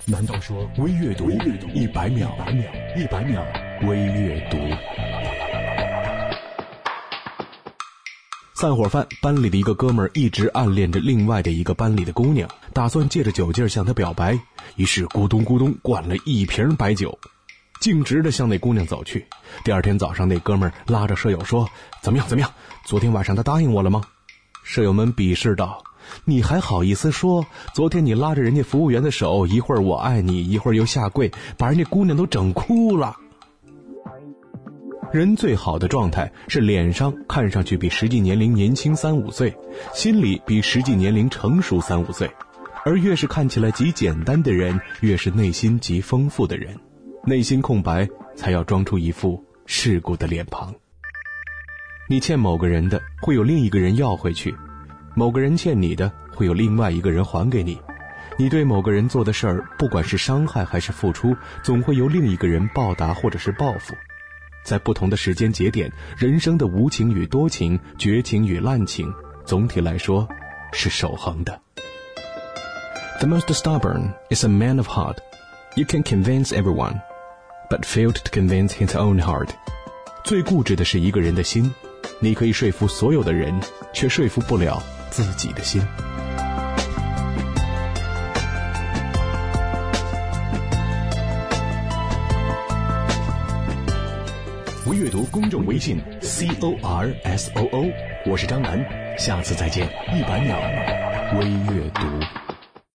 难道说微阅读100秒，100秒微阅读。散伙饭，班里的一个哥们儿一直暗恋着另外的一个班里的姑娘，打算借着酒劲儿向她表白，于是咕咚咕咚灌了一瓶白酒，径直地向那姑娘走去。第二天早上，那哥们儿拉着舍友说：怎么样，昨天晚上他答应我了吗？舍友们鄙视道：你还好意思说？昨天你拉着人家服务员的手，一会儿我爱你，一会儿又下跪，把人家姑娘都整哭了。人最好的状态是脸上看上去比实际年龄年轻3-5岁，心里比实际年龄成熟3-5岁，而越是看起来极简单的人，越是内心极丰富的人。内心空白，才要装出一副世故的脸庞。你欠某个人的，会有另一个人要回去；某个人欠你的，会有另外一个人还给你。你对某个人做的事儿，不管是伤害还是付出，总会由另一个人报答或者是报复。在不同的时间节点，人生的无情与多情，绝情与滥情，总体来说是守恒的。 The most stubborn is a man of heart. You can convince everyone, but failed to convince his own heart. 最固执的是一个人的心，你可以说服所有的人，却说服不了自己的心。微阅读公众微信 CORSOO， 我是张楠，下次再见。100秒微阅读。